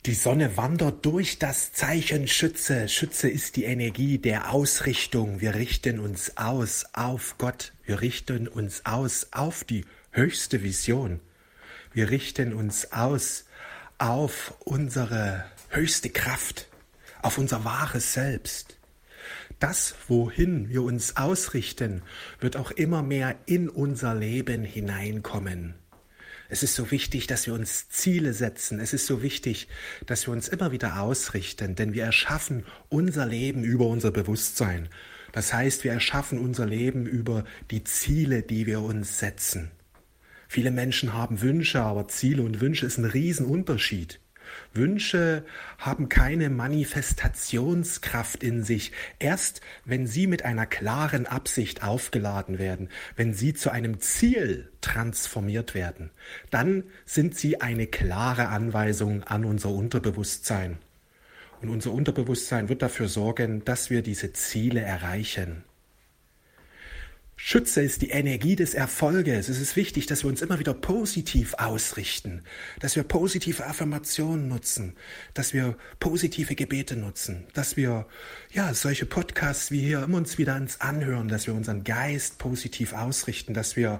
Die Sonne wandert durch das Zeichen Schütze. Schütze ist die Energie der Ausrichtung. Wir richten uns aus auf Gott. Wir richten uns aus auf die höchste Vision. Wir richten uns aus auf unsere höchste Kraft, auf unser wahres Selbst. Das, wohin wir uns ausrichten, wird auch immer mehr in unser Leben hineinkommen. Es ist so wichtig, dass wir uns Ziele setzen. Es ist so wichtig, dass wir uns immer wieder ausrichten, denn wir erschaffen unser Leben über unser Bewusstsein. Das heißt, wir erschaffen unser Leben über die Ziele, die wir uns setzen. Viele Menschen haben Wünsche, aber Ziele und Wünsche ist ein Riesenunterschied. Wünsche haben keine Manifestationskraft in sich. Erst wenn sie mit einer klaren Absicht aufgeladen werden, wenn sie zu einem Ziel transformiert werden, dann sind sie eine klare Anweisung an unser Unterbewusstsein. Und unser Unterbewusstsein wird dafür sorgen, dass wir diese Ziele erreichen. Schütze ist die Energie des Erfolges. Es ist wichtig, dass wir uns immer wieder positiv ausrichten, dass wir positive Affirmationen nutzen, dass wir positive Gebete nutzen, dass wir solche Podcasts wie hier immer uns wieder ans Anhören, dass wir unseren Geist positiv ausrichten, dass wir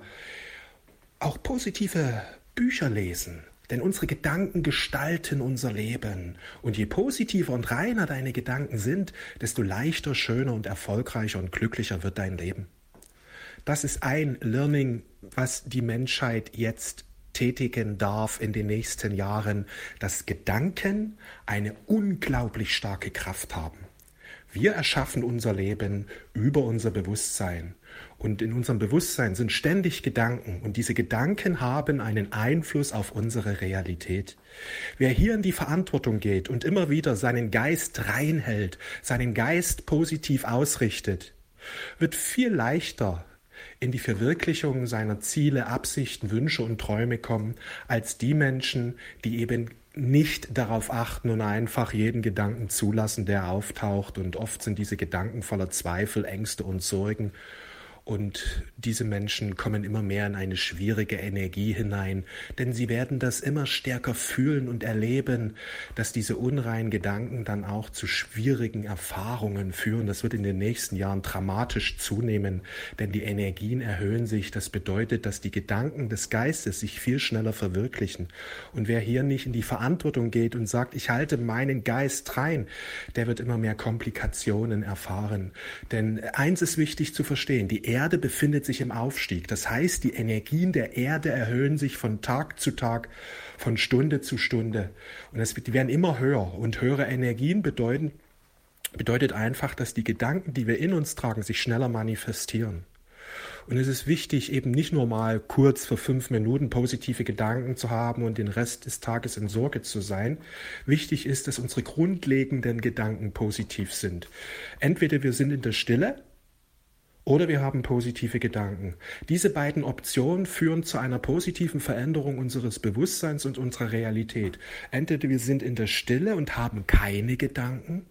auch positive Bücher lesen. Denn unsere Gedanken gestalten unser Leben. Und je positiver und reiner deine Gedanken sind, desto leichter, schöner und erfolgreicher und glücklicher wird dein Leben. Das ist ein Learning, was die Menschheit jetzt tätigen darf in den nächsten Jahren, dass Gedanken eine unglaublich starke Kraft haben. Wir erschaffen unser Leben über unser Bewusstsein. Und in unserem Bewusstsein sind ständig Gedanken. Und diese Gedanken haben einen Einfluss auf unsere Realität. Wer hier in die Verantwortung geht und immer wieder seinen Geist reinhält, seinen Geist positiv ausrichtet, wird viel leichter in die Verwirklichung seiner Ziele, Absichten, Wünsche und Träume kommen, als die Menschen, die eben nicht darauf achten und einfach jeden Gedanken zulassen, der auftaucht. Und oft sind diese Gedanken voller Zweifel, Ängste und Sorgen. Und diese Menschen kommen immer mehr in eine schwierige Energie hinein, denn sie werden das immer stärker fühlen und erleben, dass diese unreinen Gedanken dann auch zu schwierigen Erfahrungen führen. Das wird in den nächsten Jahren dramatisch zunehmen, denn die Energien erhöhen sich. Das bedeutet, dass die Gedanken des Geistes sich viel schneller verwirklichen. Und wer hier nicht in die Verantwortung geht und sagt, ich halte meinen Geist rein, der wird immer mehr Komplikationen erfahren. Denn eins ist wichtig zu verstehen, die Erde befindet sich im Aufstieg. Das heißt, die Energien der Erde erhöhen sich von Tag zu Tag, von Stunde zu Stunde. Und die werden immer höher. Und höhere Energien bedeutet einfach, dass die Gedanken, die wir in uns tragen, sich schneller manifestieren. Und es ist wichtig, eben nicht nur mal kurz für 5 Minuten positive Gedanken zu haben und den Rest des Tages in Sorge zu sein. Wichtig ist, dass unsere grundlegenden Gedanken positiv sind. Entweder wir sind in der Stille, oder wir haben positive Gedanken. Diese beiden Optionen führen zu einer positiven Veränderung unseres Bewusstseins und unserer Realität. Entweder wir sind in der Stille und haben keine Gedanken,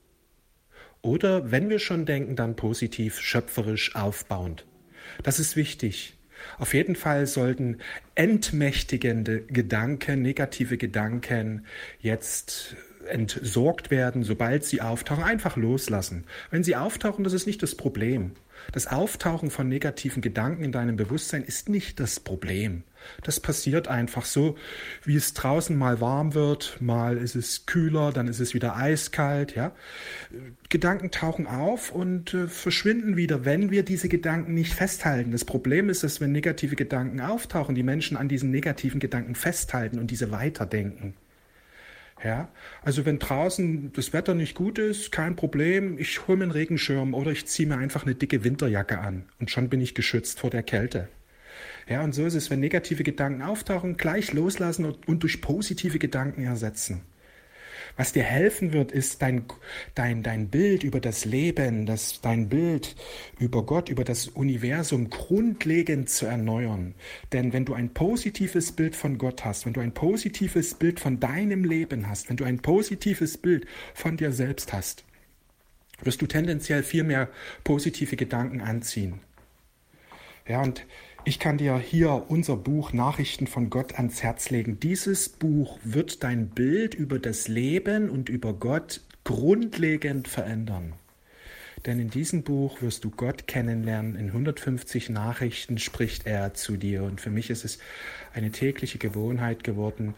oder wenn wir schon denken, dann positiv, schöpferisch, aufbauend. Das ist wichtig. Auf jeden Fall sollten entmächtigende Gedanken, negative Gedanken jetzt entsorgt werden, sobald sie auftauchen, einfach loslassen. Wenn sie auftauchen, das ist nicht das Problem. Das Auftauchen von negativen Gedanken in deinem Bewusstsein ist nicht das Problem. Das passiert einfach so, wie es draußen mal warm wird, mal ist es kühler, dann ist es wieder eiskalt. Ja? Gedanken tauchen auf und verschwinden wieder, wenn wir diese Gedanken nicht festhalten. Das Problem ist, dass wenn negative Gedanken auftauchen, die Menschen an diesen negativen Gedanken festhalten und diese weiterdenken. Ja, also wenn draußen das Wetter nicht gut ist, kein Problem, ich hole mir einen Regenschirm oder ich ziehe mir einfach eine dicke Winterjacke an und schon bin ich geschützt vor der Kälte. Ja, und so ist es, wenn negative Gedanken auftauchen, gleich loslassen und durch positive Gedanken ersetzen. Was dir helfen wird, ist dein Bild über das Leben, dein Bild über Gott, über das Universum grundlegend zu erneuern. Denn wenn du ein positives Bild von Gott hast, wenn du ein positives Bild von deinem Leben hast, wenn du ein positives Bild von dir selbst hast, wirst du tendenziell viel mehr positive Gedanken anziehen. Ja, und Ich kann dir hier unser Buch Nachrichten von Gott ans Herz legen. Dieses Buch wird dein Bild über das Leben und über Gott grundlegend verändern. Denn in diesem Buch wirst du Gott kennenlernen. In 150 Nachrichten spricht er zu dir. Und für mich ist es eine tägliche Gewohnheit geworden,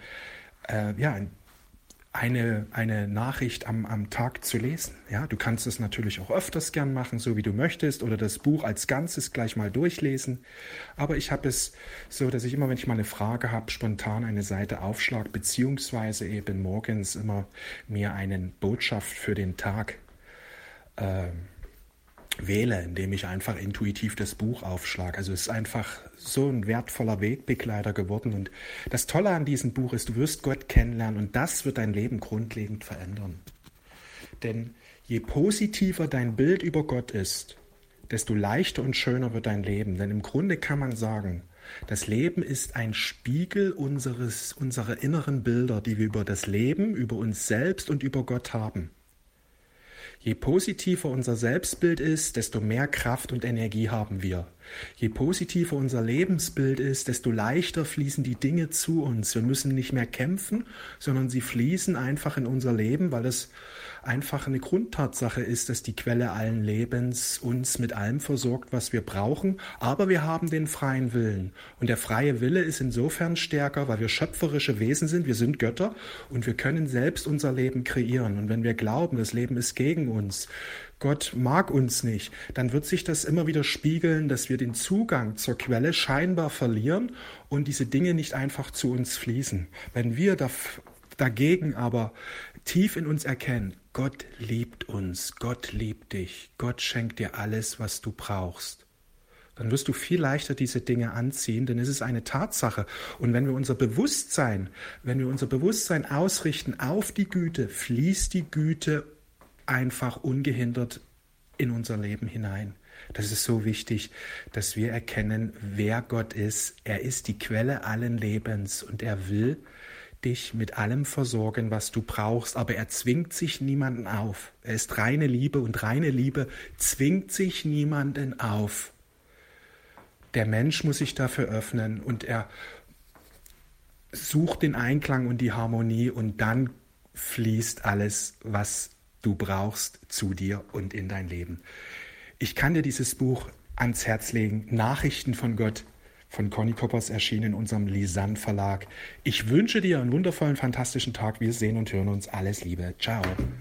eine Nachricht am Tag zu lesen. Ja, du kannst es natürlich auch öfters gern machen, so wie du möchtest, oder das Buch als Ganzes gleich mal durchlesen. Aber ich habe es so, dass ich immer, wenn ich mal eine Frage habe, spontan eine Seite aufschlage, beziehungsweise eben morgens immer mir eine Botschaft für den Tag wähle, indem ich einfach intuitiv das Buch aufschlage. Also es ist einfach so ein wertvoller Wegbegleiter geworden. Und das Tolle an diesem Buch ist, du wirst Gott kennenlernen und das wird dein Leben grundlegend verändern. Denn je positiver dein Bild über Gott ist, desto leichter und schöner wird dein Leben. Denn im Grunde kann man sagen, das Leben ist ein Spiegel unserer inneren Bilder, die wir über das Leben, über uns selbst und über Gott haben. Je positiver unser Selbstbild ist, desto mehr Kraft und Energie haben wir. Je positiver unser Lebensbild ist, desto leichter fließen die Dinge zu uns. Wir müssen nicht mehr kämpfen, sondern sie fließen einfach in unser Leben, weil es einfach eine Grundtatsache ist, dass die Quelle allen Lebens uns mit allem versorgt, was wir brauchen. Aber wir haben den freien Willen. Und der freie Wille ist insofern stärker, weil wir schöpferische Wesen sind. Wir sind Götter und wir können selbst unser Leben kreieren. Und wenn wir glauben, das Leben ist gegen uns, Gott mag uns nicht, dann wird sich das immer wieder spiegeln, dass wir den Zugang zur Quelle scheinbar verlieren und diese Dinge nicht einfach zu uns fließen. Wenn wir dagegen aber tief in uns erkennen, Gott liebt uns, Gott liebt dich, Gott schenkt dir alles, was du brauchst, dann wirst du viel leichter diese Dinge anziehen, denn es ist eine Tatsache. Und wenn wir unser Bewusstsein ausrichten auf die Güte, fließt die Güte einfach ungehindert in unser Leben hinein. Das ist so wichtig, dass wir erkennen, wer Gott ist. Er ist die Quelle allen Lebens und er will dich mit allem versorgen, was du brauchst, aber er zwingt sich niemanden auf. Er ist reine Liebe und reine Liebe zwingt sich niemanden auf. Der Mensch muss sich dafür öffnen und er sucht den Einklang und die Harmonie und dann fließt alles, was du brauchst, zu dir und in dein Leben. Ich kann dir dieses Buch ans Herz legen, Nachrichten von Gott, von Conny Koppers, erschienen in unserem Lisann Verlag. Ich wünsche dir einen wundervollen, fantastischen Tag. Wir sehen und hören uns. Alles Liebe. Ciao.